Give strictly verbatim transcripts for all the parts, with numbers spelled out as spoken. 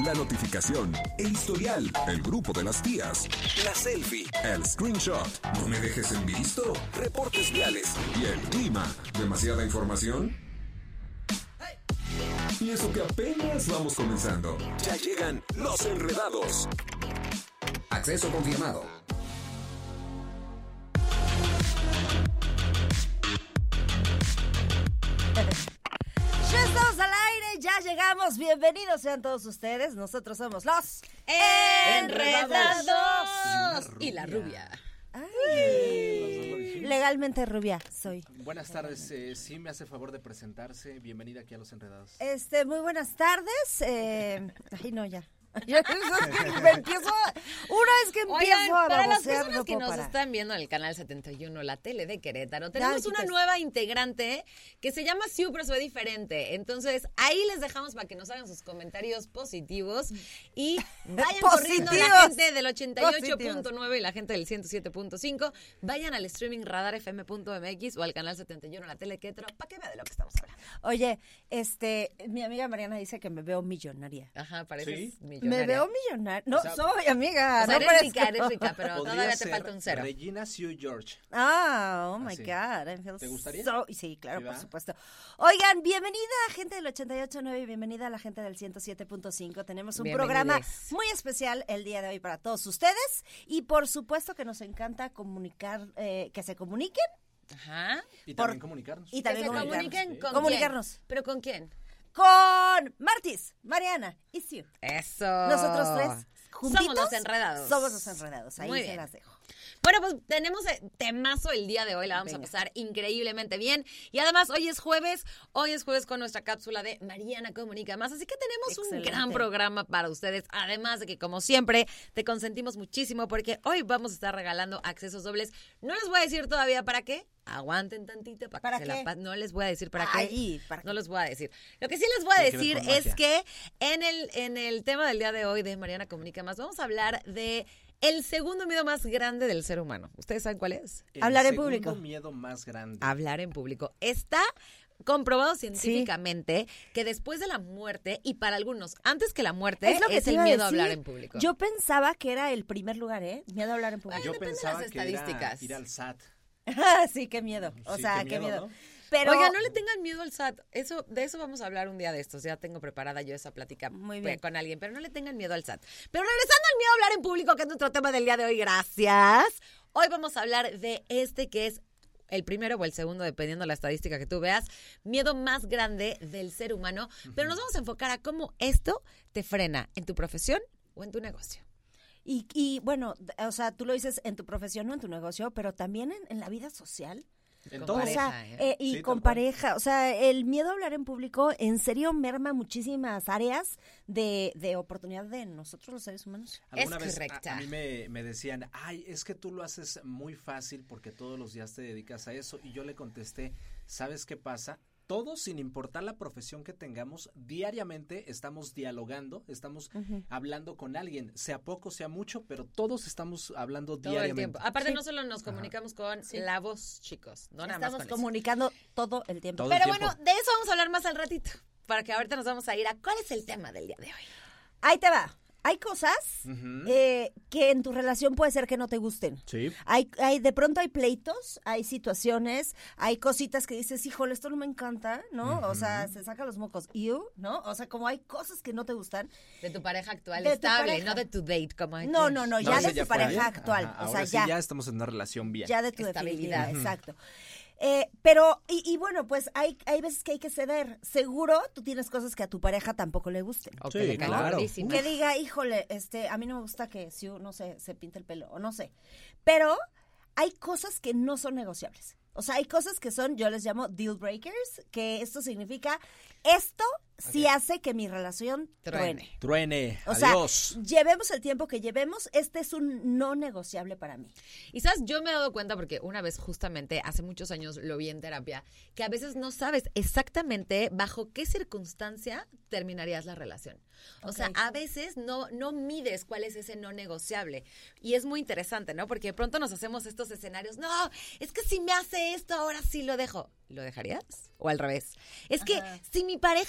la notificación, el historial, el grupo de las tías, la selfie, el screenshot, no me dejes en visto, reportes viales y el clima. ¿Demasiada información? Y eso que apenas vamos comenzando. Ya llegan los enredados. Acceso confirmado. Ya estamos al aire, ya llegamos. Bienvenidos sean todos ustedes. Nosotros somos los Enredados. Y la rubia. Ay, legalmente rubia soy. Buenas tardes, eh, sí me hace favor de presentarse. Bienvenida aquí a Los Enredados. Este, muy buenas tardes. Eh, ay, no, ya. Ya, es que me empiezo a- una vez que empiezo Oigan, a para las babosear, personas no que puedo nos parar. están viendo en el canal setenta y uno, la tele de Querétaro, tenemos Ya, una quitas. nueva integrante que se llama Siu, pero se ve diferente. Entonces, ahí les dejamos para que nos hagan sus comentarios positivos y vayan corriendo la Positivos. gente del ochenta y ocho punto Positivos. nueve y la gente del ciento siete punto cinco. Vayan al streaming radar f m punto m x o al canal setenta y uno, la tele de Querétaro, para que vean de lo que estamos hablando. Oye, este, mi amiga Mariana dice que me veo millonaria. Ajá, pareces ¿Sí? millonaria. Me veo millonaria. No, O sea, soy amiga. O sea, no eres parezco. rica, eres rica, pero Podría todavía te ser falta un cero. Regina Sue George. Ah, oh my Así. God. I feel ¿Te gustaría? so- Sí, claro, ¿Sí, por va? supuesto. Oigan, bienvenida gente del ochenta y ocho punto nueve y bienvenida a la gente del ciento siete punto cinco. Tenemos un programa Bienvenides. muy especial el día de hoy para todos ustedes y por supuesto que nos encanta comunicar, eh, que se comuniquen Ajá. Y Por- también comunicarnos. y Que también se comunicarnos. comuniquen con Comunicarnos. quién. ¿Pero con quién? con Martis, Mariana y Siu. Eso. Nosotros tres juntitos. Somos los enredados. Somos los enredados. Ahí Muy se bien. las dejo. Bueno, pues tenemos eh, temazo el día de hoy, la vamos Venga. a pasar increíblemente bien. Y además, hoy es jueves, hoy es jueves con nuestra cápsula de Mariana Comunica Más, así que tenemos Excelente. un gran programa para ustedes. Además de que, como siempre, te consentimos muchísimo porque hoy vamos a estar regalando accesos dobles. No les voy a decir todavía para qué. Aguanten tantito para, ¿Para que se qué? la pa- no les voy a decir para Ay, qué. ¿para qué? No les voy a decir. Lo que sí les voy a Tiene que ver decir con es magia. que en el, en el tema del día de hoy de Mariana Comunica Más, vamos a hablar de el segundo miedo más grande del ser humano. ¿Ustedes saben cuál es? El Hablar en segundo público. miedo más grande. Hablar en público. Está comprobado científicamente que después de la muerte, y para algunos antes que la muerte, Es lo que te el iba a miedo a decir. hablar en público. Yo pensaba que era el primer lugar, ¿eh? Miedo a hablar en público. Yo depende de pensaba las que era estadísticas. ir al S A T. Sí, qué miedo. O Sí, sea, qué qué miedo. miedo, ¿no? Pero Oiga, no le tengan miedo al S A T. Eso, de eso vamos a hablar un día de estos. Ya tengo preparada yo esa plática Muy bien. con alguien, pero no le tengan miedo al S A T. Pero regresando al miedo a hablar en público, que es nuestro tema del día de hoy, gracias. Hoy vamos a hablar de este que es el primero o el segundo, dependiendo de la estadística que tú veas, miedo más grande del ser humano. Pero nos vamos a enfocar a cómo esto te frena en tu profesión o en tu negocio. Y, y bueno, d- o sea, tú lo dices en tu profesión o en tu negocio, pero también en, en la vida social. En Con todo. O pareja, sea, ¿eh? eh, y Sí, con tal cual. pareja. O sea, el miedo a hablar en público en serio merma muchísimas áreas de, de oportunidad de nosotros los seres humanos. Alguna Es vez a- correcta. A, mí me, me decían, ay, es que tú lo haces muy fácil porque todos los días te dedicas a eso. Y yo le contesté, ¿sabes qué pasa? Todos, sin importar la profesión que tengamos, diariamente estamos dialogando, estamos hablando con alguien, sea poco, sea mucho, pero todos estamos hablando Todo el diariamente. tiempo. Aparte, Sí. no solo nos comunicamos con la voz, chicos. No nada más Estamos con eso. comunicando todo el tiempo. Todo el Pero tiempo. bueno, de eso vamos a hablar más al ratito. Para que ahorita nos vamos a ir a cuál es el tema del día de hoy. Ahí te va. Hay cosas Ujú. eh, que en tu relación puede ser que no te gusten. Sí. Hay, hay, de pronto hay pleitos, hay situaciones, hay cositas que dices, híjole, esto no me encanta, ¿no? O sea, se saca los mocos, you, ¿no? O sea, como hay cosas que no te gustan. De tu pareja actual De tu estable, pareja. no de tu date, como hay No, que- no, no, No, ya ese de tu fue pareja ayer. actual. Ajá, O ahora sea, sí ya, ya estamos en una relación bien. ya de tu Estabilidad. definitiva, exacto. Eh, pero, y, y bueno, pues hay, hay veces que hay que ceder. Seguro tú tienes cosas que a tu pareja tampoco le gusten. O que Sí, le caiga claro. gordísima. Que diga, híjole, este, a mí no me gusta que si, no sé, se pinte el pelo, o no sé. Pero hay cosas que no son negociables. O sea, hay cosas que son, yo les llamo deal breakers, que esto significa, esto sí hace que mi relación truene. Truene. Truene, O sea, adiós. llevemos el tiempo que llevemos, este es un no negociable para mí. Y sabes, yo me he dado cuenta porque una vez justamente hace muchos años lo vi en terapia, que a veces no sabes exactamente bajo qué circunstancia terminarías la relación. O Ok. sea, a veces no, no mides cuál es ese no negociable. Y es muy interesante, ¿no? Porque de pronto nos hacemos estos escenarios. No, es que si me hace esto, ahora sí lo dejo. ¿Lo dejarías? O al revés. Es que Ajá. si mi pareja hace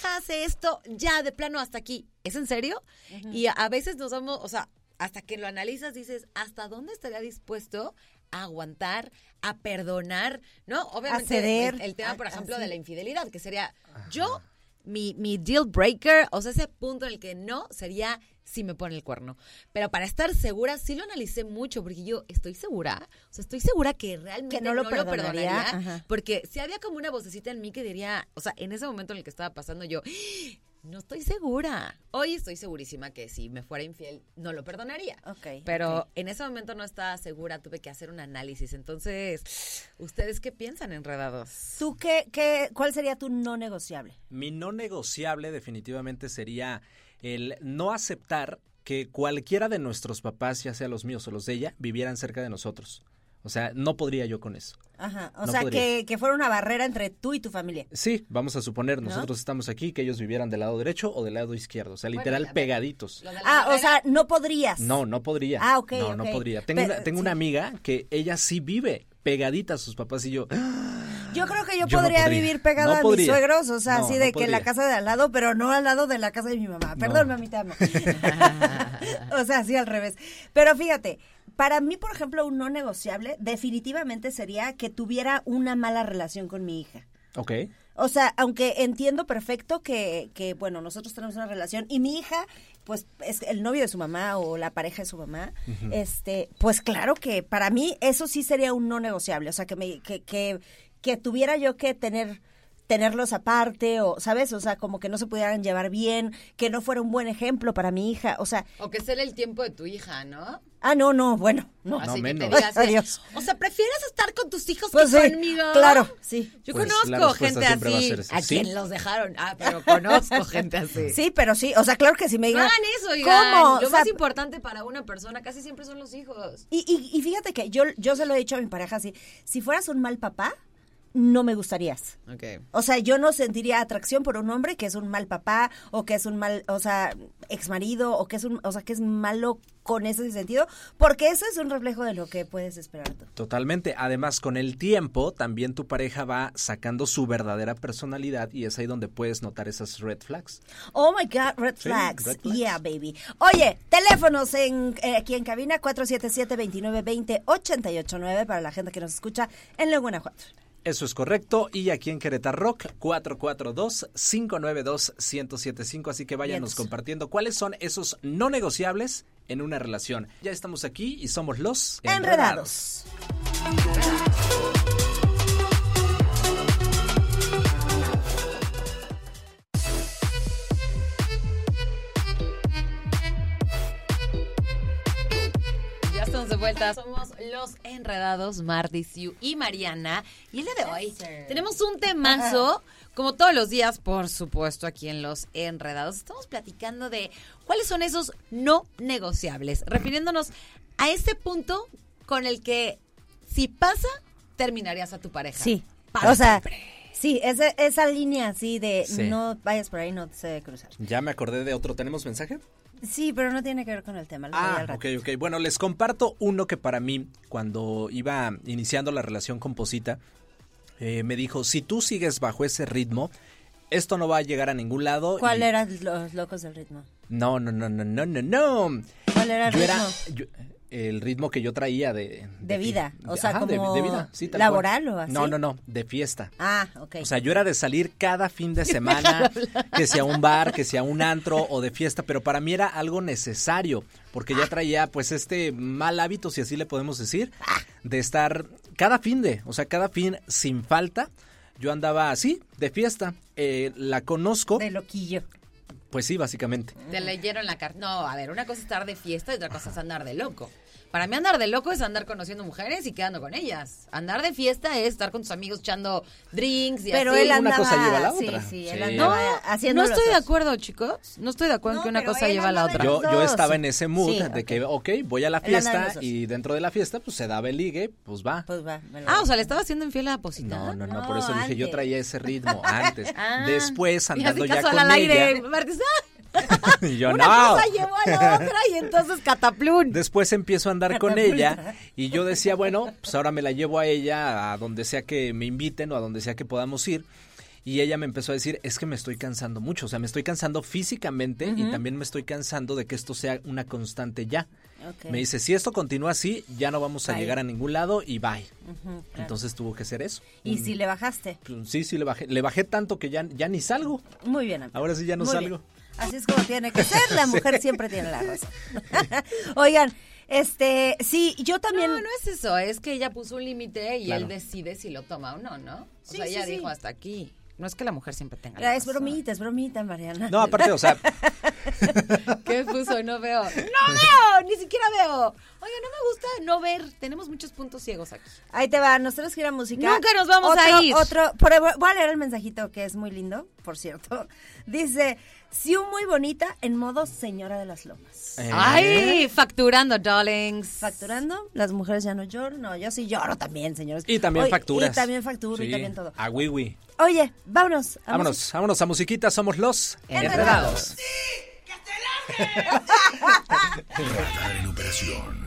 de esto, ya, de plano, hasta aquí. ¿Es en serio? Uh-huh. Y a, a veces nos vamos, o sea, hasta que lo analizas, dices, ¿hasta dónde estaría dispuesto a aguantar, a perdonar? ¿No? Obviamente, a ceder, el, el tema, por ejemplo, a, de la infidelidad, que sería, Ajá. yo, mi, mi deal breaker, o sea, ese punto en el que no, sería si me pone el cuerno. Pero para estar segura, sí lo analicé mucho, porque yo estoy segura, o sea, estoy segura que realmente que no, lo, no perdonaría, lo perdonaría, porque si había como una vocecita en mí que diría, o sea, en ese momento en el que estaba pasando yo, no estoy segura. Hoy estoy segurísima que si me fuera infiel, no lo perdonaría. Okay, pero okay. en ese momento no estaba segura, tuve que hacer un análisis. Entonces, ¿ustedes qué piensan, enredados? ¿Tú qué, qué, cuál sería tu no negociable? Mi no negociable definitivamente sería el no aceptar que cualquiera de nuestros papás, ya sea los míos o los de ella, vivieran cerca de nosotros. O sea, no podría yo con eso. Ajá, o no sea, que, que fuera una barrera entre tú y tu familia. Sí, vamos a suponer, ¿no? Nosotros estamos aquí, que ellos vivieran del lado derecho o del lado izquierdo. O sea, literal, bueno, pegaditos. Ah, o sea, no podrías. No, no podría. Ah, ok, No, ok. no podría. Tengo, Pero, una, tengo sí. una amiga que ella sí vive pegadita a sus papás y yo... Yo creo que yo, yo podría, no podría vivir pegada no a mis podría. suegros, o sea, no, así no de que podría. en la casa de al lado, pero no al lado de la casa de mi mamá. Perdón, No. mami, te amo. O sea, sí, al revés. Pero fíjate, para mí, por ejemplo, un no negociable definitivamente sería que tuviera una mala relación con mi hija. Ok. O sea, aunque entiendo perfecto que, que, bueno, nosotros tenemos una relación y mi hija, pues, es el novio de su mamá o la pareja de su mamá, uh-huh. este, pues claro que para mí eso sí sería un no negociable. O sea, que me, que, que, que tuviera yo que tener... tenerlos aparte, o, ¿sabes? O sea, como que no se pudieran llevar bien, que no fuera un buen ejemplo para mi hija, o sea... O que sea el tiempo de tu hija, ¿no? Ah, no, no, bueno, no. Así no, que menos. te digas, Adiós. O sea, ¿prefieres estar con tus hijos Pues que sí, conmigo? claro, sí. Yo Pues la conozco respuesta gente siempre va a así. ser esa. ¿A ¿Sí? quién los dejaron? Ah, pero conozco gente así. Sí, pero sí, o sea, claro que sí me No digan... hagan eso, oigan. ¿Cómo? Lo O sea, más importante para una persona casi siempre son los hijos. Y, y, y fíjate que yo, yo se lo he dicho a mi pareja así, si fueras un mal papá, no me gustarías. Okay. O sea, yo no sentiría atracción por un hombre que es un mal papá o que es un mal, o sea, exmarido o que es un, o sea, que es malo con ese sentido, porque eso es un reflejo de lo que puedes esperar tú. Totalmente. Además, con el tiempo, también tu pareja va sacando su verdadera personalidad y es ahí donde puedes notar esas red flags. Oh my God, red Sí, flags. red flags. Yeah, baby. Oye, teléfonos en eh, aquí en cabina cuatro siete siete, dos nueve dos cero, ocho ocho nueve para la gente que nos escucha en León, Guanajuato. Eso es correcto. Y aquí en Querétaro Rock, cuatro cuatro dos, cinco nueve dos, uno cero siete cinco. Así que váyanos Vientos. compartiendo cuáles son esos no negociables en una relación. Ya estamos aquí y somos los Enredados. Ya estamos de vuelta. Somos los Enredados, Marty, Siu y Mariana. Y el día de hoy tenemos un temazo, como todos los días, por supuesto, aquí en Los Enredados. Estamos platicando de cuáles son esos no negociables, refiriéndonos a ese punto con el que si pasa, terminarías a tu pareja. Sí, Para o sea, siempre. sí, esa, esa línea así de Sí. no vayas por ahí, no se debe cruzar. Ya me acordé de otro. ¿Tenemos mensaje? Sí, pero no tiene que ver con el tema. Lo voy Ah, al rato. ok, ok. Bueno, les comparto uno que para mí, cuando iba iniciando la relación con Posita, eh, me dijo, si tú sigues bajo ese ritmo, esto no va a llegar a ningún lado. ¿Cuál y... eran los locos del ritmo? No, no, no, no, no, no, no. ¿Cuál era el Yo ritmo? era yo- el ritmo que yo traía de... De vida, o sea, ajá, de- como de vida, sí, tal laboral cual. o así. No, no, no, de fiesta. Ah, ok. O sea, yo era de salir cada fin de semana, que sea un bar, que sea un antro o de fiesta, pero para mí era algo necesario, porque ya traía pues este mal hábito, si así le podemos decir, de estar cada fin de, o sea, cada fin sin falta, yo andaba así, de fiesta. Eh, la conozco, de loquillo. pues sí, básicamente. Te leyeron la carta. No, a ver, una cosa es estar de fiesta y otra cosa es andar de loco. Para mí andar de loco es andar conociendo mujeres y quedando con ellas. Andar de fiesta es estar con tus amigos echando drinks y Pero así. él Una andaba... cosa lleva a la sí, otra. sí, él Sí. andaba No, haciendo no los estoy de dos. acuerdo, chicos. No estoy de acuerdo No, en que una pero cosa él lleva a la andaba otra. de Yo, los yo dos. estaba en ese mood Sí, de ok. que, ok, voy a la Él andaba en fiesta los dos. y dentro de la fiesta pues se daba el ligue, pues va. Pues va. me lo- Ah, o sea, le estaba haciendo infiel a Posita. No, no, no, No, por eso dije, yo antes. traía ese ritmo antes. Ah, Después, y andando así ya casual con al aire. ella. Martes, ¡ah! Y yo, Una no. cosa llevó a la otra y entonces cataplún. Después empiezo a andar con Catapulta. ella y yo decía, bueno, pues ahora me la llevo a ella a donde sea que me inviten o a donde sea que podamos ir. Y ella me empezó a decir, es que me estoy cansando mucho, o sea, me estoy cansando físicamente uh-huh. y también me estoy cansando de que esto sea una constante ya. Okay. Me dice, si esto continúa así, ya no vamos a bye. llegar a ningún lado y bye. Uh-huh, claro. Entonces tuvo que ser eso. ¿Y mm. si le bajaste? Pues, sí, sí le bajé. Le bajé tanto que ya, ya ni salgo. Muy bien, amigo. Ahora sí ya no Muy salgo. Bien. Así es como tiene que ser, la mujer sí. siempre tiene la razón. Oigan, este, sí, yo también... No, no es eso, es que ella puso un límite y claro. él decide si lo toma o no, ¿no? O sí, sea, sí, ella sí. dijo hasta aquí. No es que la mujer siempre tenga la la Es razón. bromita, es bromita, Mariana. No, aparte, o sea... ¿Qué puso? No veo. ¡No veo! Ni siquiera veo. Oye, no me gusta no ver. Tenemos muchos puntos ciegos aquí. Ahí te va, nos tenemos que ir a música. Nunca nos vamos otro, a ir. Otro, por, voy a leer el mensajito que es muy lindo, por cierto. Dice, Siu muy bonita en modo señora de las lomas. ¿Eh? Ay, facturando, darlings. Facturando, las mujeres ya no lloran. No, yo sí lloro también, señores. Y también Oye, facturas. Y también facturo sí, y también todo. A wiwi. Oye, vámonos. A vámonos, música. vámonos a musiquita, somos los Enredados. ¡Sí! ¡Que te largue! Radar en operación.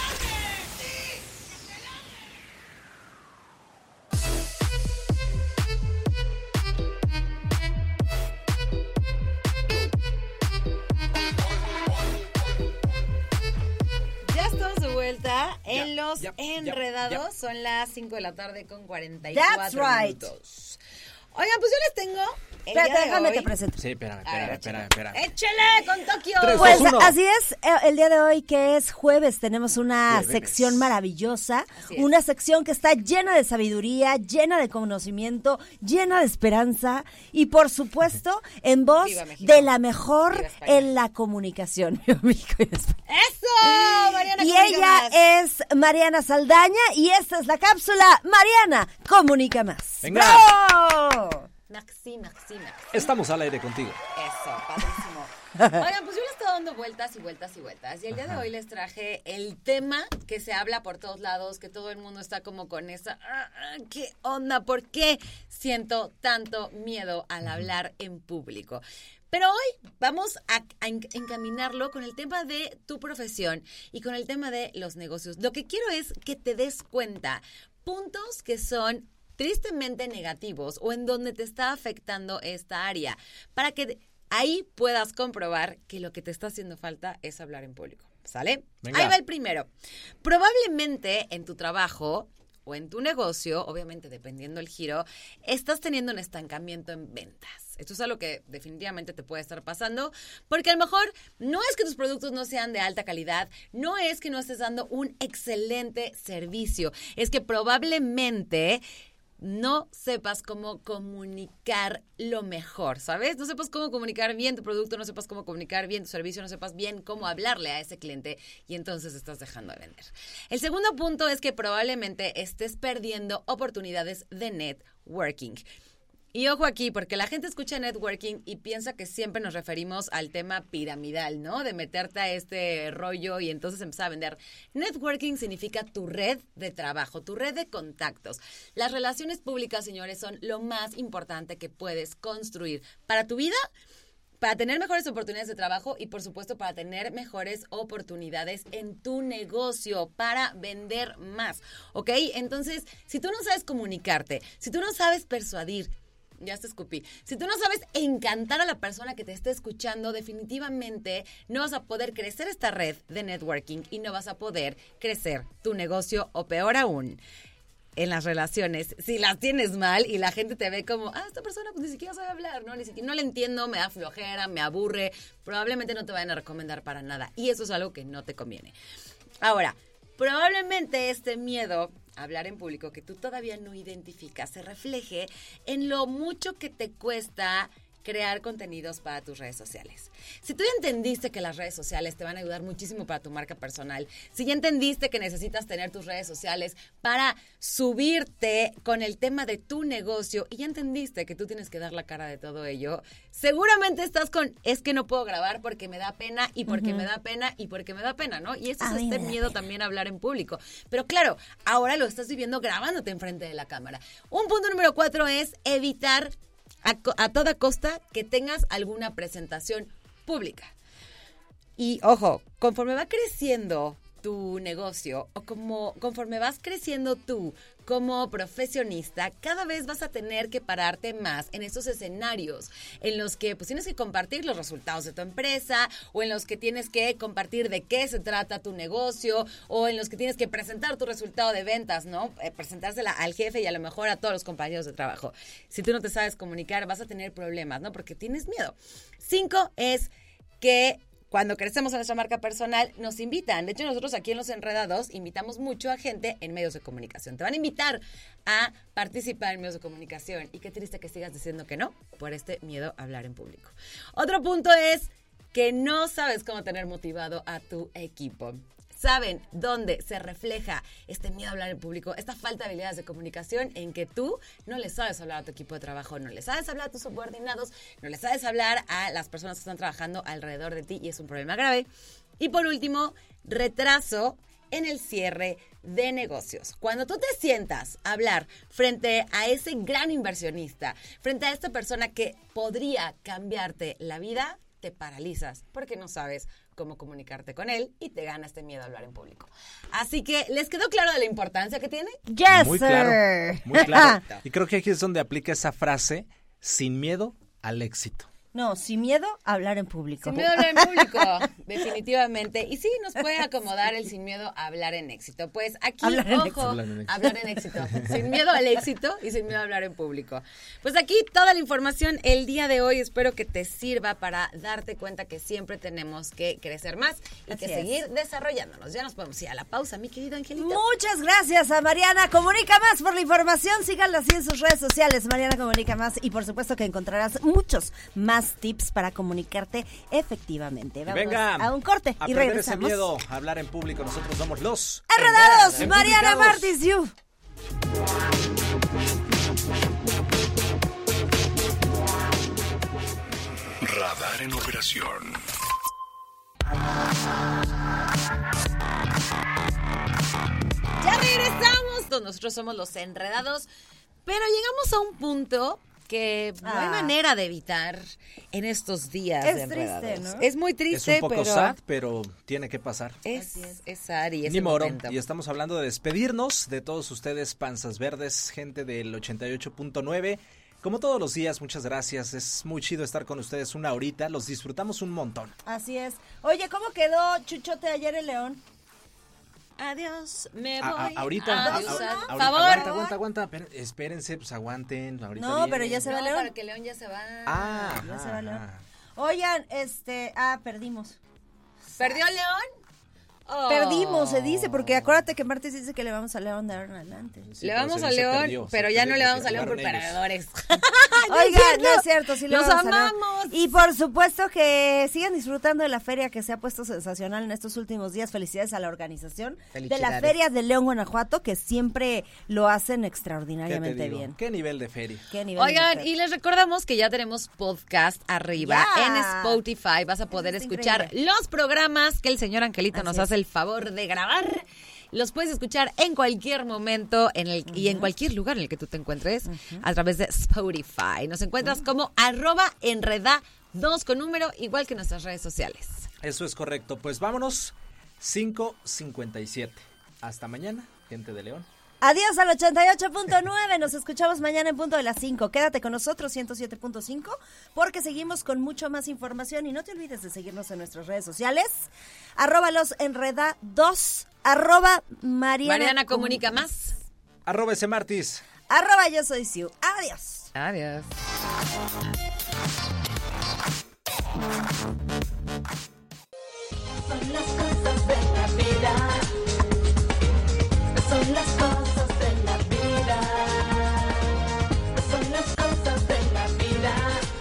Ya estamos de vuelta en ya, Los ya, Enredados. Ya, ya. Son las cinco de la tarde con cuarenta y cuatro That's right. minutos. Oigan, pues yo les tengo... El Espérate, día de déjame hoy... te presento. Sí, espérame, A ver, espérame, espérame, espérame. ¡Échale con Tokio! Tres, Pues dos, uno. así es, el día de hoy que es jueves, tenemos una Jueves. sección maravillosa, Así es. una sección que está llena de sabiduría, llena de conocimiento, llena de esperanza y por supuesto en voz Viva México. de la mejor Viva España. en la comunicación. Viva México y España. ¡Eso! Mariana, Y comunica ella más. es Mariana Saldaña y esta es la cápsula Mariana Comunica Más. Venga. ¡Bravo! Maxi, Maxi, Maxi. Estamos al aire contigo. Eso, padrísimo. Oigan, pues yo le he estado dando vueltas y vueltas y vueltas. Y el día de hoy les traje el tema que se habla por todos lados, que todo el mundo está como con esa... ah, ah, ¿Qué onda? ¿Por qué siento tanto miedo al hablar en público? Pero hoy vamos a, a encaminarlo con el tema de tu profesión y con el tema de los negocios. Lo que quiero es que te des cuenta puntos que son tristemente negativos o en donde te está afectando esta área, para que ahí puedas comprobar que lo que te está haciendo falta es hablar en público, ¿sale? Venga. Ahí va el primero. Probablemente en tu trabajo o en tu negocio, obviamente dependiendo el giro, estás teniendo un estancamiento en ventas. Esto es algo que definitivamente te puede estar pasando, porque a lo mejor no es que tus productos no sean de alta calidad, no es que no estés dando un excelente servicio, es que probablemente no sepas cómo comunicar lo mejor, ¿sabes? No sepas cómo comunicar bien tu producto, no sepas cómo comunicar bien tu servicio, no sepas bien cómo hablarle a ese cliente y entonces estás dejando de vender. El segundo punto es que probablemente estés perdiendo oportunidades de networking. Y ojo aquí, porque la gente escucha networking y piensa que siempre nos referimos al tema piramidal, ¿no? De meterte a este rollo y entonces empezar a vender. Networking significa tu red de trabajo, tu red de contactos. Las relaciones públicas, señores, son lo más importante que puedes construir para tu vida, para tener mejores oportunidades de trabajo y, por supuesto, para tener mejores oportunidades en tu negocio, para vender más, ¿ok? Entonces, si tú no sabes comunicarte, si tú no sabes persuadir, ya te escupí. Si tú no sabes encantar a la persona que te está escuchando, definitivamente no vas a poder crecer esta red de networking y no vas a poder crecer tu negocio, o peor aún, en las relaciones, si las tienes mal y la gente te ve como, ah, esta persona pues ni siquiera sabe hablar, ¿no? Ni siquiera, no le entiendo, me da flojera, me aburre, probablemente no te vayan a recomendar para nada. Y eso es algo que no te conviene. Ahora, probablemente este miedo a hablar en público que tú todavía no identificas se refleje en lo mucho que te cuesta crear contenidos para tus redes sociales. Si tú ya entendiste que las redes sociales te van a ayudar muchísimo para tu marca personal, si ya entendiste que necesitas tener tus redes sociales para subirte con el tema de tu negocio y ya entendiste que tú tienes que dar la cara de todo ello, seguramente estás con, es que no puedo grabar porque me da pena y porque uh-huh. me da pena y porque me da pena, ¿no? Y eso es este miedo también a hablar en público. Pero claro, ahora lo estás viviendo grabándote enfrente de la cámara. Un punto número cuatro es evitar A, a toda costa que tengas alguna presentación pública. Y ojo, conforme va creciendo tu negocio o como conforme vas creciendo tú como profesionista, cada vez vas a tener que pararte más en esos escenarios en los que pues tienes que compartir los resultados de tu empresa o en los que tienes que compartir de qué se trata tu negocio o en los que tienes que presentar tu resultado de ventas, ¿no? Eh, presentársela al jefe y a lo mejor a todos los compañeros de trabajo. Si tú no te sabes comunicar, vas a tener problemas, ¿no? Porque tienes miedo. Cinco es que cuando crecemos en nuestra marca personal, nos invitan. De hecho, nosotros aquí en Los Enredados invitamos mucho a gente en medios de comunicación. Te van a invitar a participar en medios de comunicación. Y qué triste que sigas diciendo que no por este miedo a hablar en público. Otro punto es que no sabes cómo tener motivado a tu equipo. ¿Saben dónde se refleja este miedo a hablar en público, esta falta de habilidades de comunicación? En que tú no le sabes hablar a tu equipo de trabajo, no le sabes hablar a tus subordinados, no le sabes hablar a las personas que están trabajando alrededor de ti y es un problema grave. Y por último, retraso en el cierre de negocios. Cuando tú te sientas a hablar frente a ese gran inversionista, frente a esta persona que podría cambiarte la vida, te paralizas porque no sabes cómo comunicarte con él y te gana este miedo a hablar en público. Así que, ¿les quedó claro de la importancia que tiene? Yes, muy sir. claro, muy claro. Y creo que aquí es donde aplica esa frase, sin miedo al éxito. No, sin miedo a hablar en público. Sin miedo a hablar en público, definitivamente. Y sí, nos puede acomodar el sin miedo a hablar en éxito. Pues aquí, Hablar en ojo, éxito. Hablar en éxito. hablar en éxito. Sin miedo al éxito y sin miedo a hablar en público. Pues aquí toda la información el día de hoy. Espero que te sirva para darte cuenta que siempre tenemos que crecer más y Así que es. seguir desarrollándonos. Ya nos podemos ir a la pausa, mi querido Angelito. Muchas gracias a Mariana Comunica Más por la información. Síganla así en sus redes sociales, Mariana Comunica Más. Y por supuesto que encontrarás muchos más tips para comunicarte efectivamente. Vamos Venga, a un corte a y perder regresamos. ese miedo a hablar en público. Nosotros somos los Enredados, Enredados. Mariana Martis, you. Radar en operación. Ya regresamos. Nosotros somos los Enredados, pero llegamos a un punto que no hay Ah. manera de evitar en estos días Es de Enredados. triste, ¿no? Es muy Es triste, un poco pero sad, pero tiene que pasar. es, Así es. es Ari, es Ni el moro. momento. Y estamos hablando de despedirnos de todos ustedes, panzas verdes, gente del ochenta y ocho punto nueve. Como todos los días, muchas gracias. Es muy chido estar con ustedes una horita. Los disfrutamos un montón. Así es. Oye, ¿cómo quedó Chuchote ayer en León? Adiós, me A- voy. a- ahorita, Adiós, a- a- a- ahorita, favor. aguanta, aguanta, aguanta. Esperen- Espérense, pues aguanten. Ahorita No, viene. pero ya se va No, León. para que León ya se va. Ah, Ya se ajá, va León. ajá. Oigan, este, ah, perdimos. ¿Perdió León? Oh. Perdimos, se dice, porque acuérdate que Martes dice que le vamos a León de ahora en adelante. Sí, Le pero vamos se a dice León, perdió, se pero ya no perdió le vamos porque a León por jugaron ellos. perdedores. Oigan, no es cierto, sí le Los vamos a León. amamos. Y por supuesto que sigan disfrutando de la feria que se ha puesto sensacional en estos últimos días. Felicidades a la organización de la Felicidades. Feria de León, Guanajuato, que siempre lo hacen ¿Qué te extraordinariamente digo? bien. ¿Qué nivel de feria? ¿Qué nivel Oigan, de- y les recordamos que ya tenemos podcast arriba Ya. en Spotify. Vas a poder Eso está escuchar increíble. los programas que el señor Angelito Así nos es. hace el favor de grabar. Los puedes escuchar en cualquier momento en el, y en cualquier lugar en el que tú te encuentres a través de Spotify. Nos encuentras como arroba enredados con número, igual que en nuestras redes sociales. Eso es correcto. Pues vámonos, cinco cincuenta y siete. Hasta mañana, gente de León. Adiós al ochenta y ocho punto nueve, nos escuchamos mañana en punto de las cinco. Quédate con nosotros, ciento siete punto cinco, porque seguimos con mucho más información y no te olvides de seguirnos en nuestras redes sociales, arroba los enredados, arroba Mariana, Mariana comunica más. Arroba ese Martis. arroba yo soy Siu. Adiós. Adiós. Son las cosas de la vida. Son las cosas de la vida. Son las cosas de la vida.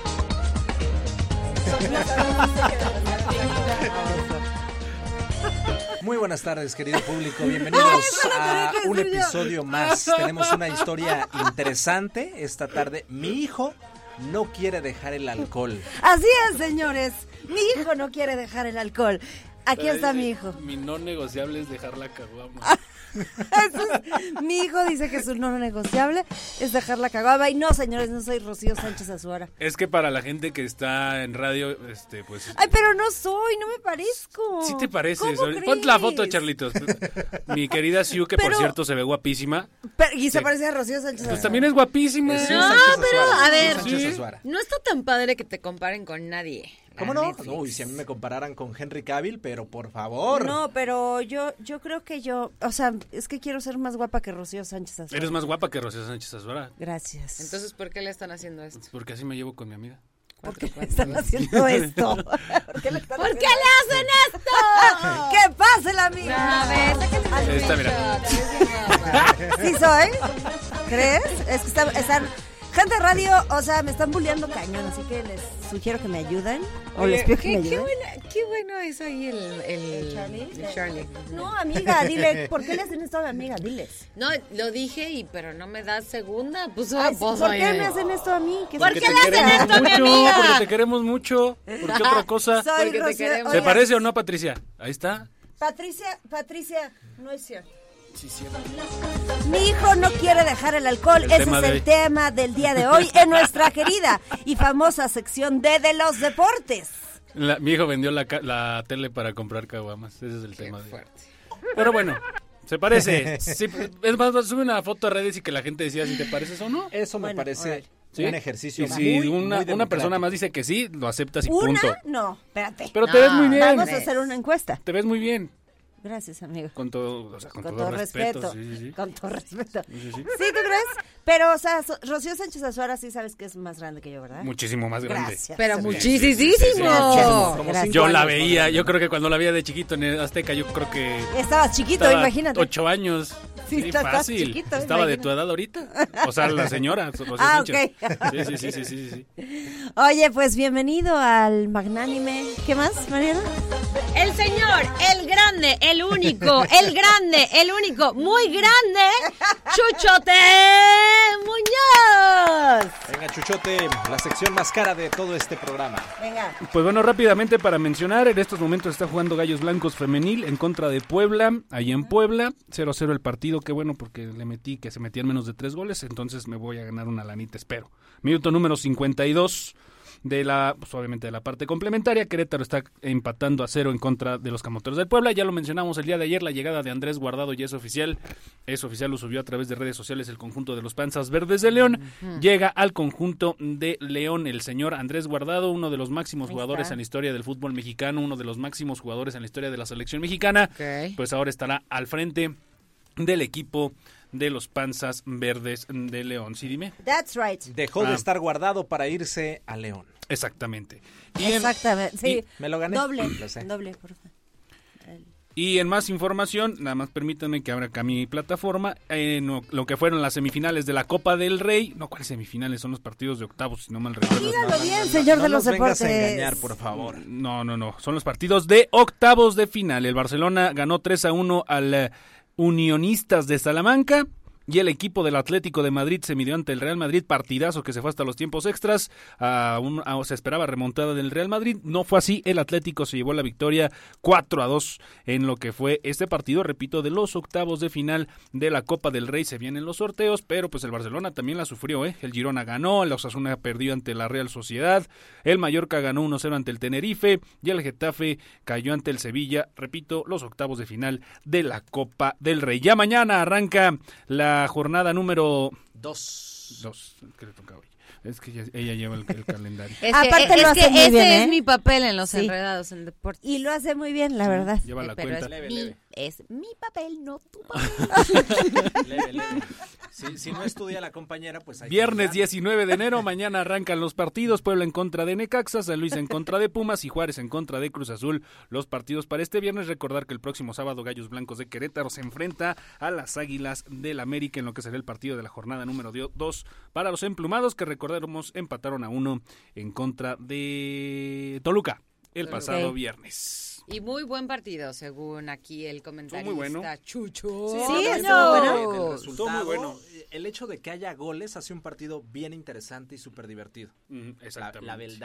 Son las cosas de la vida. Muy buenas tardes, querido público. Bienvenidos a un episodio más. Tenemos una historia interesante esta tarde. Mi hijo no quiere dejar el alcohol. Así es, señores. Mi hijo no quiere dejar el alcohol. Aquí está mi hijo. Mi no negociable es dejar la caguama. Eso es- mi hijo dice que su no negociable es dejar la cagada. Y no, señores, no soy Rocío Sánchez Azuara. Es que para la gente que está en radio, este, pues... Ay, pero no soy, no me parezco. Sí te pareces. ¿Cómo Ahorita- Ponte la foto, crees? Charlitos. Mi querida Siu, que por Pero- cierto se ve guapísima. Pero- y se Sí. parece a Rocío Sánchez Azuara. Pues también es guapísima. Sí, No, Sánchez pero, Azuara, a ver, Sánchez sí. Azuara. No está tan padre que te comparen con nadie. la ¿Cómo no? Netflix. No, y si a mí me compararan con Henry Cavill, pero por favor. No, pero yo yo creo que yo, o sea, es que quiero ser más guapa que Rocío Sánchez Azuara. Eres más guapa que Rocío Sánchez Azuara. Gracias. Entonces, ¿por qué le están haciendo esto? Porque así me llevo con mi amiga. ¿por qué le están haciendo esto? ¿Por qué le están ¿Por qué haciendo le hacen esto? ¡Que pase la amiga! A ver, sácale Esta, un mira. screenshot, eres bien guapa. ¿Sí soy? ¿Crees? Es que está- están... Gente de radio, o sea, me están bulleando cañón, así que les sugiero que me ayuden. O les pido que me ¿Qué, qué, ayuden. buena- qué bueno es ahí el, el, ¿El Charlie? el Charlie. No, amiga, dile, ¿por qué le hacen esto a mi amiga? Diles. No, lo dije, y pero no me das segunda. Pues, Ay, pues, ¿por qué oye. me hacen esto a mí? ¿Qué ¿Por soy? qué le hacen queremos esto a mi mucho, amiga? porque te queremos mucho. ¿Por qué otra cosa? Soy Porque te Rocío- queremos. ¿Se Oigan, parece o no, Patricia? Ahí está. Patricia, Patricia, no es cierto. Mi hijo no quiere dejar el alcohol. El Ese tema es de el hoy. tema del día de hoy en nuestra querida y famosa sección de de los deportes. La- mi hijo vendió la, ca- la tele para comprar caguamas. Ese es el Qué tema. De... fuerte. Pero bueno, se parece. Sí, es más, sube una foto a redes y que la gente decía si te pareces o no. Eso me Bueno, parece órale. ¿Sí? un ejercicio Y si muy, una, muy una democrático. persona más dice que sí, lo aceptas y Una, punto. no, espérate. Pero te No, ves muy bien. Vamos a hacer una encuesta. Te ves muy bien. Gracias, amigo. Con todo, o sea, con Con, todo, todo respeto. Sí, sí, sí. Con todo respeto. Sí, sí, sí. ¿Sí, tú crees? Pero, o sea, so- Rocío Sánchez Azuara sí sabes que es más grande que yo, ¿verdad? Muchísimo más grande. Gracias. Pero amigo. muchísimo. Gracias. Como Gracias. cinco Yo la años, veía, más yo creo que cuando la veía de chiquito en el Azteca, yo creo que Estabas chiquito, estaba imagínate. ocho años. Sí, estás- estás fácil. chiquito, Estaba de imagínate. tu edad ahorita. O sea, la señora. Rocío Ah, Sánchez. ok. Sí, sí, sí, sí, sí, sí. Oye, pues bienvenido al magnánime. ¿Qué más, Mariana? El señor, el grande, el único, el grande, el único, muy grande, Chuchote Muñoz. Venga, Chuchote, la sección más cara de todo este programa. Venga. Pues bueno, rápidamente para mencionar, en estos momentos está jugando Gallos Blancos Femenil en contra de Puebla, ahí en Puebla, cero cero el partido, qué bueno porque le metí que se metían menos de tres goles, entonces me voy a ganar una lanita, espero. Minuto número cincuenta y dos de la, pues obviamente de la parte complementaria, Querétaro está empatando a cero en contra de los Camoteros del Puebla, ya lo mencionamos el día de ayer, la llegada de Andrés Guardado ya es oficial, es oficial, lo subió a través de redes sociales el conjunto de los Panzas Verdes de León, llega al conjunto de León el señor Andrés Guardado, uno de los máximos Ahí jugadores está. en la historia del fútbol mexicano, uno de los máximos jugadores en la historia de la selección mexicana, Ok. pues ahora estará al frente del equipo de los Panzas Verdes de León, ¿sí dime? That's right. Dejó Ah. de estar guardado para irse a León. Exactamente. Y en, Exactamente. Sí. Me lo gané. Doble. Lo sé. Doble, por favor. y en más información, nada más permítanme que abra acá mi plataforma, en lo, lo que fueron las semifinales de la Copa del Rey, no, ¿cuáles semifinales? Son los partidos de octavos, si no mal recuerdo. Dígalo bien, señor no de los nos vengas deportes. a engañar, por favor. No, no, no, son los partidos de octavos de final. El Barcelona ganó tres a uno al eh, Unionistas de Salamanca. Y el equipo del Atlético de Madrid se midió ante el Real Madrid, partidazo que se fue hasta los tiempos extras. A un, a, se esperaba remontada del Real Madrid, no fue así. El Atlético se llevó la victoria cuatro a dos en lo que fue este partido, repito, de los octavos de final de la Copa del Rey. Se vienen los sorteos, pero pues el Barcelona también la sufrió, ¿eh? El Girona ganó, el Osasuna perdió ante la Real Sociedad, el Mallorca ganó uno cero ante el Tenerife y el Getafe cayó ante el Sevilla. Repito, los octavos de final de la Copa del Rey. Ya mañana arranca la jornada número Dos. dos. ¿Qué le toca hoy? Es que ella, ella lleva el, el calendario. Es Aparte que, lo es que hace muy ese bien, es ¿eh? mi papel en los Sí. enredados en deporte. Y lo hace muy bien, la verdad. Lleva la Pero cuenta. es, Leve, mi, leve. es mi papel, no tu papel. Leve, leve. Si, si no estudia la compañera, pues hay que Viernes ayudar. diecinueve de enero, mañana arrancan los partidos, Puebla en contra de Necaxa, San Luis en contra de Pumas y Juárez en contra de Cruz Azul. Los partidos para este viernes, recordar que el próximo sábado Gallos Blancos de Querétaro se enfrenta a las Águilas del América en lo que será el partido de la jornada número dos para los emplumados que recordemos empataron a uno en contra de Toluca el pasado Ok. viernes. Y muy buen partido, según aquí el comentarista muy bueno. Chucho. Sí, no, estuvo no, bueno. el Estuvo resultado, muy bueno. El hecho de que haya goles hace un partido bien interesante y súper divertido. Mm, La, exactamente. la verdad.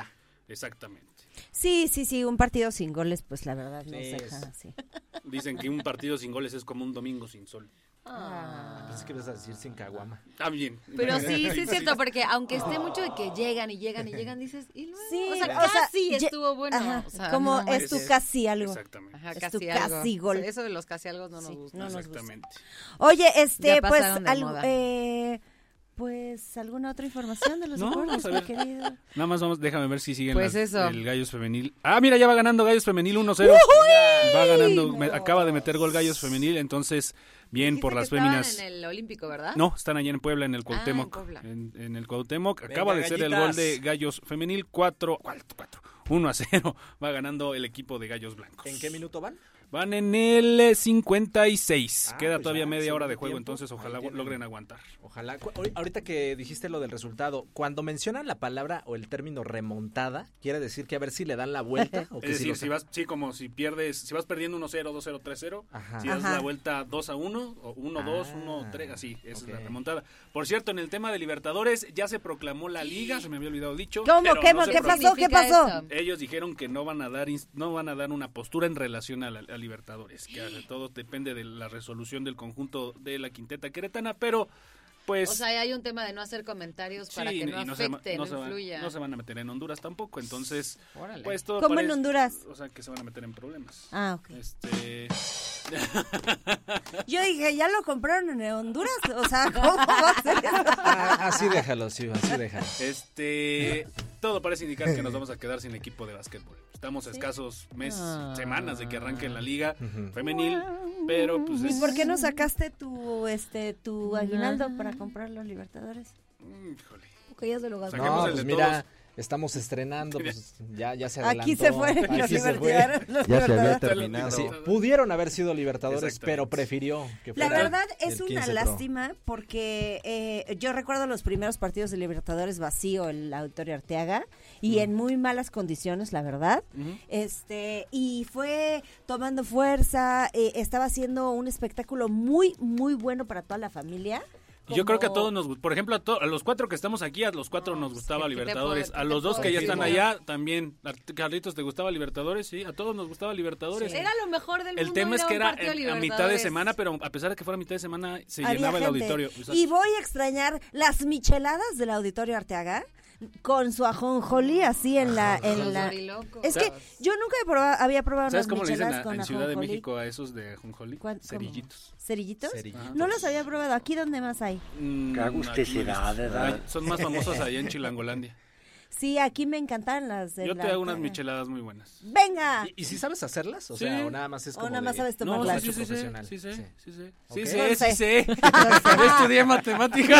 Exactamente. Sí, sí, sí, un partido sin goles, pues la verdad no Sí, se es- deja así. Dicen que un partido sin goles es como un domingo sin sol. Ah. Pues es que vas a decir sin caguama. Ah, bien. Pero sí, sí es cierto, porque aunque esté mucho de que llegan y llegan y llegan, dices, y luego, Sí, o sea, o sea, casi ye- estuvo bueno. Ajá, o sea, como no es tu manches. casi algo. Exactamente. Ajá, es casi tu algo. casi gol. O sea, eso de los casi algo no nos Sí, gusta. no nos Exactamente. Oye, este, Ya pues, pasaron de al- moda. eh, pues, ¿alguna otra información de los No, deportes, vamos a mi ver. querido? Nada más vamos, déjame ver si siguen Pues las- eso. el Gallos Femenil. Ah, mira, ya va ganando Gallos Femenil uno cero. Va ganando, me- acaba de meter gol Gallos Femenil, entonces bien Dijiste por que las estaban féminas. en el Olímpico, ¿verdad? No, están allá en Puebla, en el Ah, en Cuauhtémoc. Puebla. en, en el Cuauhtémoc. Venga, Acaba de ser el gallitas. gol de Gallos Femenil, cuatro, cuatro, uno a cero. Va ganando el equipo de Gallos Blancos. ¿En qué minuto van? Van en el eh, cincuenta y seis. Ah, Queda pues todavía ya, media hora de segundo juego, tiempo. entonces ojalá Ahí tienen. logren aguantar. Ojalá. Cu- ahori- Ahorita que dijiste lo del resultado, cuando mencionan la palabra o el término remontada, quiere decir que a ver si le dan la vuelta o que Es si decir, lo si vas, sí, como si pierdes, si vas perdiendo uno cero, dos cero, tres cero, Ajá. si das Ajá. la vuelta dos a uno, o uno dos, Ah, uno tres, así, esa es la ok. remontada. Por cierto, en el tema de Libertadores, ya se proclamó la liga, se me había olvidado dicho. ¿Cómo? pero ¿Qué, no se ¿qué proclamó. pasó? ¿Qué significa pasó? eso? Ellos dijeron que no van a dar ins- no van a dar una postura en relación a, la, a Libertadores, que de todo depende de la resolución del conjunto de la quinteta queretana, pero pues O sea, hay un tema de no hacer comentarios para sí, que no y no se, afecte, no, no se va- influya. no se van a meter en Honduras tampoco, entonces Órale. pues todo ¿Cómo en parece- Honduras? O sea, que se van a meter en problemas. Ah, ok. Este Yo dije, ¿ya lo compraron en Honduras? O sea, ¿cómo va a ser eso? Ah, así déjalo, sí, así déjalo. Este, todo parece indicar que nos vamos a quedar sin equipo de básquetbol. Estamos a escasos meses, Ah. semanas de que arranque la liga Ujú. femenil, pero pues ¿Y es... por qué no sacaste tu, este, tu aguinaldo para comprar los Libertadores? Mm, híjole. Porque ya se lo gastó. Saquemos No, el pues de mira, todos. estamos estrenando, pues ya, ya se adelantó. Aquí se fueron los Aquí se fue. Libertadores. los Ya se había Libertadores. terminado. Sí, pudieron haber sido Libertadores, Exactamente. pero prefirió que La fuera verdad el es una quince Pro. lástima porque eh, yo recuerdo los primeros partidos de Libertadores vacío el Auditorio Arteaga y en muy malas condiciones, la verdad. Ujú. Este y fue tomando fuerza, eh, estaba haciendo un espectáculo muy muy bueno para toda la familia. Y yo creo que a Como- todos nos gustó, por ejemplo, a, to- a los cuatro que estamos aquí, a los cuatro nos gustaba ¿qué te Libertadores. puedo- A qué los te dos puedo que ya decir? están allá también. A ti, Carlitos, ¿te gustaba Libertadores? Sí, a todos nos gustaba Libertadores. Era lo mejor del El mundo. tema ir es a que un era partido de en- a mitad de Libertadores. semana, pero a pesar de que fuera mitad de semana, se Había llenaba el gente. auditorio. Exacto. Y voy a extrañar las micheladas del Auditorio Arteaga con su ajonjolí así en la en Los la dorilocos. Es que yo nunca he probado- había probado ¿Sabes unas cómo le dicen micheladas a- con en Ciudad de ajonjolí. México a esos de Ajonjolí? ¿Cuán- cómo? Cerillitos. ¿Cerillitos? Cerillitos. No los había probado. ¿Aquí dónde más hay? Mm, Qué agusticidad, aquí no he visto. ¿verdad? Ay, son más famosos allá en Chilangolandia. Sí, aquí me encantan las de Yo la te hago unas Arteaga. micheladas muy buenas. ¡Venga! ¿Y, y si sabes hacerlas? O Sí. sea, o nada más es O como nada más de- sabes No, tomarlas. sí, sí, sí, sí, profesional. sí, sí, Sí. sí, sí, sí, Ok. sí, No sí, sé. sí. Estudié matemáticas.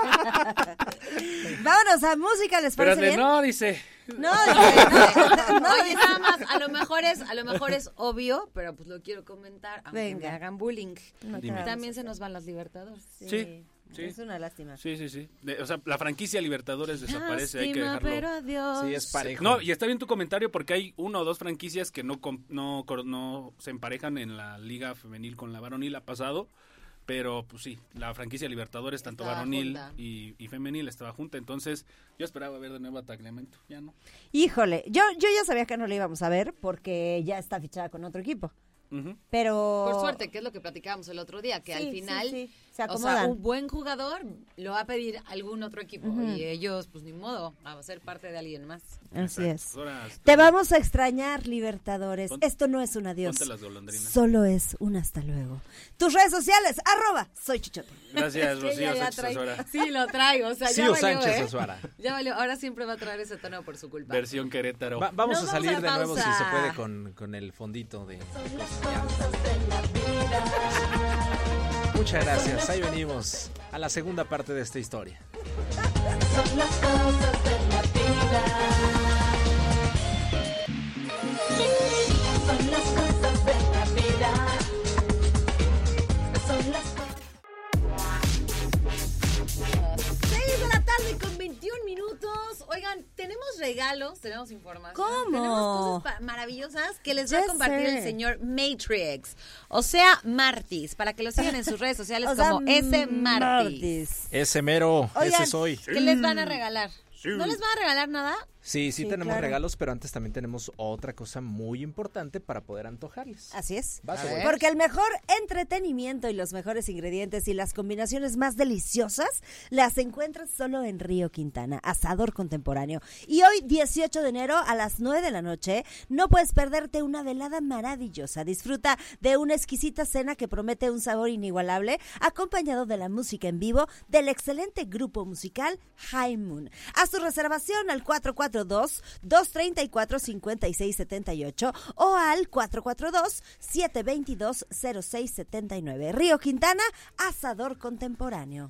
Vámonos a música, ¿les parece Espérate, bien? no, dice. No, no, no, Oye, nada más, a lo mejor es, a lo mejor es obvio, pero pues lo quiero comentar, aunque Venga. me hagan bullying. no, Dime. claro. También se nos van las Libertadores. Sí, Sí, sí. Es una lástima. Sí, sí, sí. De- o sea, la franquicia Libertadores desaparece, hay que Lástima, dejarlo. pero adiós. Sí, es parejo. No, y está bien tu comentario porque hay una o dos franquicias que no, com- no, cor- no se emparejan en la liga femenil con la varonil, ha pasado, pero pues sí, la franquicia Libertadores, tanto Estaba varonil junta. y, y femenil estaba junta, entonces yo esperaba ver de nuevo a Tagliamento, ya no. Híjole, yo, yo ya sabía que no la íbamos a ver porque ya está fichada con otro equipo. Ujú. Pero... Por suerte, que es lo que platicábamos el otro día, que Sí, al sí, final, sí, se o sea, acomodan. un buen jugador lo va a pedir algún otro equipo Ujú. y ellos, pues ni modo, a ser parte de alguien más. Así Exacto. es. Ahora, Te vamos a extrañar, Libertadores. Ponte- Esto no es un adiós. ponte las golondrinas. Solo es un hasta luego. Tus redes sociales, arroba, soy Chichote. Gracias, Sí, Rocío ya- ya Sánchez trae- Azuara. Sí, lo traigo, o sea, Sí, ya o valió, Sánchez ¿eh? Azuara. Ya valió, ahora siempre va a traer ese tono por su culpa. Versión Querétaro. Va- vamos Nos a vamos salir a de nuevo si pausa. se puede con, con el fondito de... Cosas de la vida. Muchas gracias, ahí venimos a la segunda parte de esta historia. Son las cosas de la vida. Son las cosas de la vida. Son las cosas. seis de la tarde con veintiún minutos. Oigan, tenemos regalos, tenemos información. ¿Cómo? Tenemos cosas pa- maravillosas que les va a Yes, compartir sir. el señor Matrix. O sea, Martis, para que lo sigan en sus redes sociales O sea, como S mm, Martis. Martis. Ese mero, Oigan, ese soy. ¿Qué les van a regalar? Sí. ¿No les van a regalar nada? Sí, sí, Sí, tenemos claro. regalos, pero antes también tenemos otra cosa muy importante para poder antojarles. Así es. Vas, A ver. güey. Porque el mejor entretenimiento y los mejores ingredientes y las combinaciones más deliciosas las encuentras solo en Río Quintana, Asador Contemporáneo. Y hoy, dieciocho de enero, a las nueve de la noche, no puedes perderte una velada maravillosa. Disfruta de una exquisita cena que promete un sabor inigualable, acompañado de la música en vivo del excelente grupo musical High Moon. Haz tu reservación al cuatro cuatro dos, dos tres cuatro, cinco seis siete ocho o al cuatro cuatro dos, siete dos dos, cero seis siete nueve. Río Quintana, Asador Contemporáneo.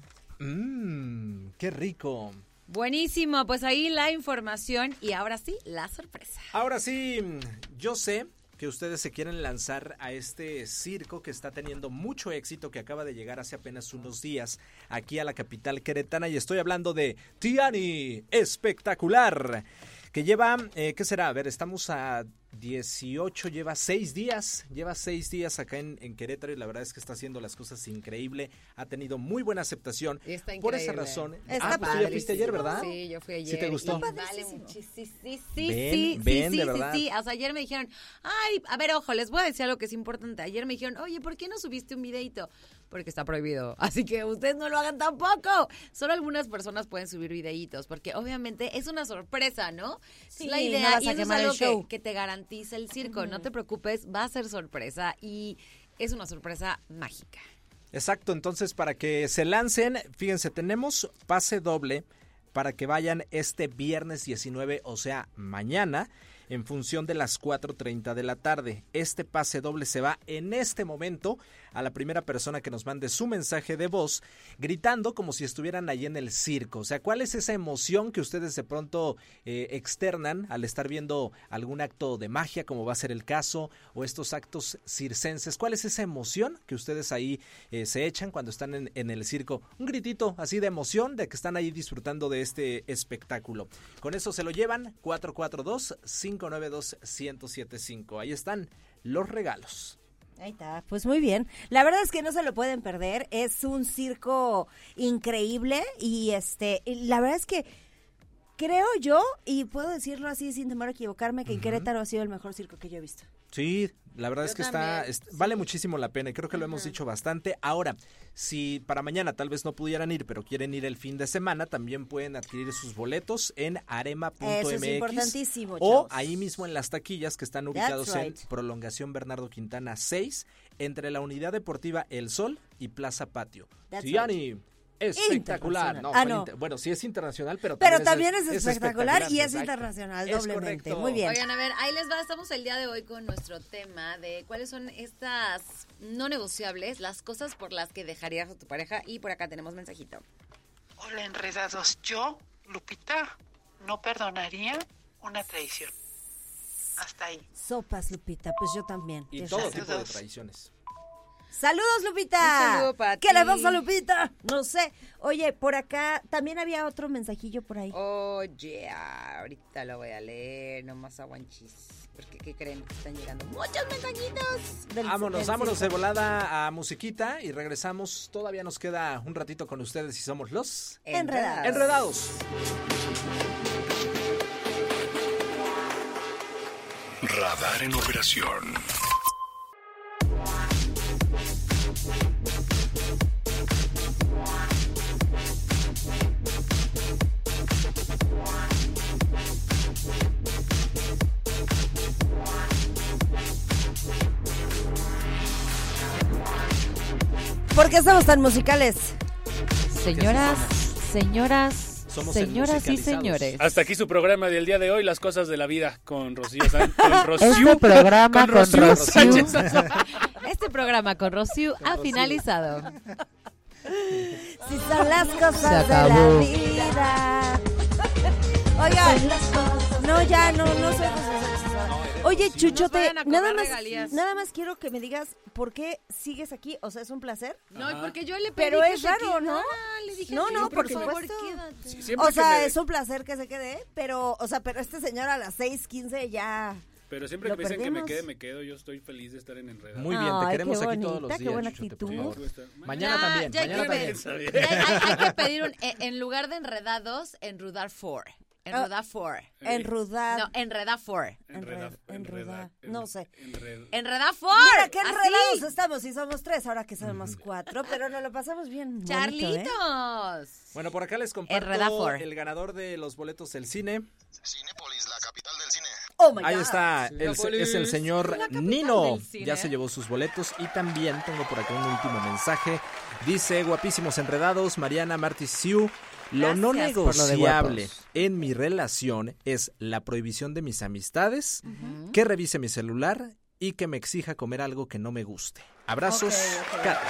Mmm, qué rico. Buenísimo, pues ahí la información y ahora sí, la sorpresa. Ahora sí, yo sé que ustedes se quieren lanzar a este circo que está teniendo mucho éxito, que acaba de llegar hace apenas unos días aquí a la capital queretana, y estoy hablando de Tiani Espectacular, que lleva, eh, ¿qué será? A ver, estamos a dieciocho, lleva seis días, lleva seis días acá en, en Querétaro, y la verdad es que está haciendo las cosas increíble, ha tenido muy buena aceptación. Está Por esa increíble. razón. Está ah, pues tú ya fuiste ayer, ¿verdad? Sí, yo fui ayer. ¿Sí te gustó? y Está Vale padrísimo. muchísimo. Sí, sí, Ven, sí, ven, sí, de sí, verdad. sí. O sea, ayer me dijeron, ay, a ver, ojo, les voy a decir algo que es importante. Ayer me dijeron, oye, ¿por qué no subiste un videito? Porque está prohibido. Así que ustedes no lo hagan tampoco. Solo algunas personas pueden subir videitos, porque obviamente es una sorpresa, ¿no? Sí, Es la no idea vas y a eso es quemar el algo show. que, que te garantiza el circo. No te preocupes, va a ser sorpresa y es una sorpresa mágica. Exacto, entonces para que se lancen, fíjense, tenemos pase doble para que vayan este viernes diecinueve, o sea, mañana, en función de las cuatro treinta de la tarde. Este pase doble se va en este momento a la primera persona que nos mande su mensaje de voz, gritando como si estuvieran ahí en el circo. O sea, ¿cuál es esa emoción que ustedes de pronto eh, externan al estar viendo algún acto de magia, como va a ser el caso, o estos actos circenses? ¿Cuál es esa emoción que ustedes ahí eh, se echan cuando están en, en el circo? Un gritito así de emoción, de que están ahí disfrutando de este espectáculo. Con eso se lo llevan cuatro cuatro dos, cinco nueve dos, uno cero siete cinco. Ahí están los regalos. Ahí está, pues muy bien. La verdad es que no se lo pueden perder, es un circo increíble y este, y la verdad es que creo yo, y puedo decirlo así sin temor a equivocarme, que en Querétaro ha sido el mejor circo que yo he visto. Sí, la verdad Yo es que también, está, es- vale muchísimo la pena y creo que lo hemos dicho bastante. Ahora, si para mañana tal vez no pudieran ir, pero quieren ir el fin de semana, también pueden adquirir sus boletos en arema punto m x. Eso es importantísimo, O chavos. ahí mismo en las taquillas que están That's ubicados right. en Prolongación Bernardo Quintana seis, entre la Unidad Deportiva El Sol y Plaza Patio. That's Tiani, espectacular. Internacional. No, Ah, fue no. inter- bueno, sí es internacional, pero Pero también, también es, espectacular y es exacto. internacional Es doblemente. correcto. Muy bien. Oigan, a ver, ahí les va, estamos el día de hoy con nuestro tema de cuáles son estas no negociables, las cosas por las que dejarías a tu pareja, y por acá tenemos mensajito. Hola, enredados. Yo, Lupita, no perdonaría una traición. Hasta ahí. Sopas, Lupita, pues yo también. Y Tienes todo razón. tipo de traiciones. Saludos, Lupita. Un saludo para ¿Qué le ti. pasa, Lupita? No sé. Oye, por acá también había otro mensajillo por ahí. Oye, ahorita lo voy a leer, nomás aguanchis. Porque, ¿qué creen? Están llegando muchos mensajitos. Del- Vámonos, del vámonos de circo. volada a musiquita y regresamos. Todavía nos queda un ratito con ustedes y somos los Enredados. Enredados. Radar en operación. ¿Por qué estamos tan musicales? Señoras, señoras, Somos señoras y enmusicalizados. señores. Hasta aquí su programa del día de hoy, las cosas de la vida con Rocío San- con Rocío, Este programa con con Rocío Rocío. Sánchez. Este programa con Rocío ha finalizado. Si son las cosas Se de la acabó. vida. Oigan, no, ya, no, no soy Oye, Chuchote, vayan a cobrar nada más, regalías. nada más quiero que me digas por qué sigues aquí. O sea, es un placer. No, y porque yo le pedí Pero que es se raro, ¿no? quedara, le dije, No, "Ay, no, por favor, supuesto. quédate". Sí, siempre O que sea, me- es un placer que se quede, pero, o sea, pero este señor a las seis quince ya... Pero siempre Lo que me dicen que me perdimos. quede, me quedo. Yo estoy feliz de estar en Enredados. Muy bien, te Ay, queremos qué aquí todos los bonita, qué días. buena Chuchote, por actitud. favor. Mañana, Mañana Ya, también, ya hay mañana que también. pedir- ya hay, hay- hay que pedir un, en en lugar de enredados, enrudar for. Enredafor. Enrudar. No, enredafor. Enreda- enreda- no sé. Enred- Enredafor. Mira qué así. enredados estamos y somos tres, ahora que somos cuatro, pero nos lo pasamos bien bonito, ¿eh? Charlitos. Bueno, por acá les comparto Enredafor. el ganador de los boletos del cine. Cinépolis, la capital del cine. Oh my Ahí God. está, el- es el señor La capital Nino. del cine. Ya se llevó sus boletos y también tengo por acá un último mensaje. Dice, guapísimos enredados, Mariana, Marty, Siu. Lo no Gracias por lo de negociable guapos. en mi relación es la prohibición de mis amistades, que revise mi celular y que me exija comer algo que no me guste. Abrazos, Ok, ok. Carlos.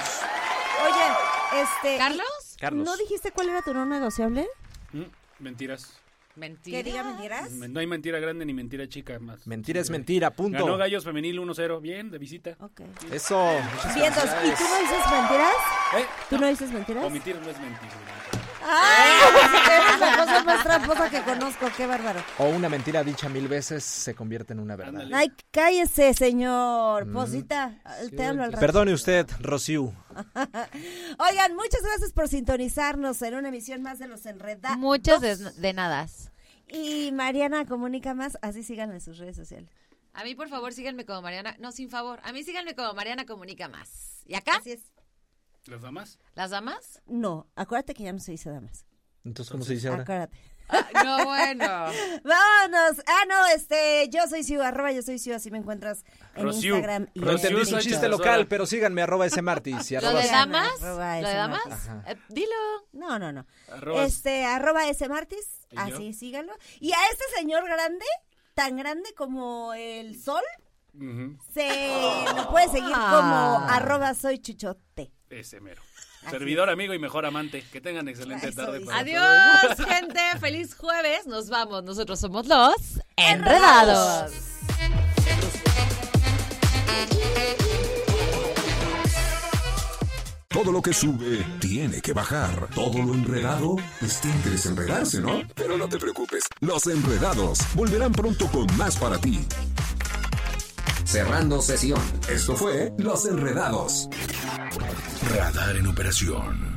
Oye, este... ¿Carlos? Carlos. ¿No dijiste cuál era tu no negociable? Mm, Mentiras. Mentira. ¿Que diga mentiras? No hay mentira grande ni mentira chica más. Mentira es mentira, punto. Ganó Gallos Femenil uno cero. Bien, de visita. Ok. Eso. muchas Vientos, ¿y felicidades. tú no dices mentiras? ¿Eh? ¿Tú no dices mentiras? Omitir no es mentir. ¡Ay! Eres la cosa más tramposa que conozco, qué bárbaro. O una mentira dicha mil veces se convierte en una verdad. Ándale. Ay, cállese, señor. Posita, te hablo al rato. Perdone usted, Rocío. Oigan, muchas gracias por sintonizarnos en una emisión más de Los Enredados. Muchas de, de nadas. Y Mariana Comunica Más, así síganla en sus redes sociales. A mí, por favor, síganme como Mariana. No, sin favor. A mí síganme como Mariana Comunica Más. ¿Y acá? Así es. ¿Las damas? ¿Las damas? No, acuérdate que ya no se dice damas. Entonces, ¿cómo se dice ahora? Acuérdate. Ah, no, bueno. Vámonos. Ah, no, este, yo soy Siu, arroba yo soy Siu, así me encuentras en Rocío. Instagram. Y No Rocío en entendí su Sánchez chiste TikTok. Tarazona. local, pero síganme, arroba ese martis. y ¿Lo arroba- de damas? Arroba ¿Lo de ese damas? martes. Ajá. Eh, dilo. No, no, no. Arroba- Este, arroba ese martis, ¿Y así yo? síganlo. Y a este señor grande, tan grande como el sol, Ujú, se lo puede seguir Ah. como arroba soy chuchote. ese mero. Servidor, amigo y mejor amante. Que tengan excelente Eso tarde. dice. para Adiós, gente. Feliz jueves. Nos vamos. Nosotros somos los Enredados. Todo lo que sube tiene que bajar. Todo lo enredado, pues tiene que desenredarse, ¿no? Pero no te preocupes, Los Enredados volverán pronto con más para ti. Cerrando sesión. Esto fue Los Enredados. Radar en operación.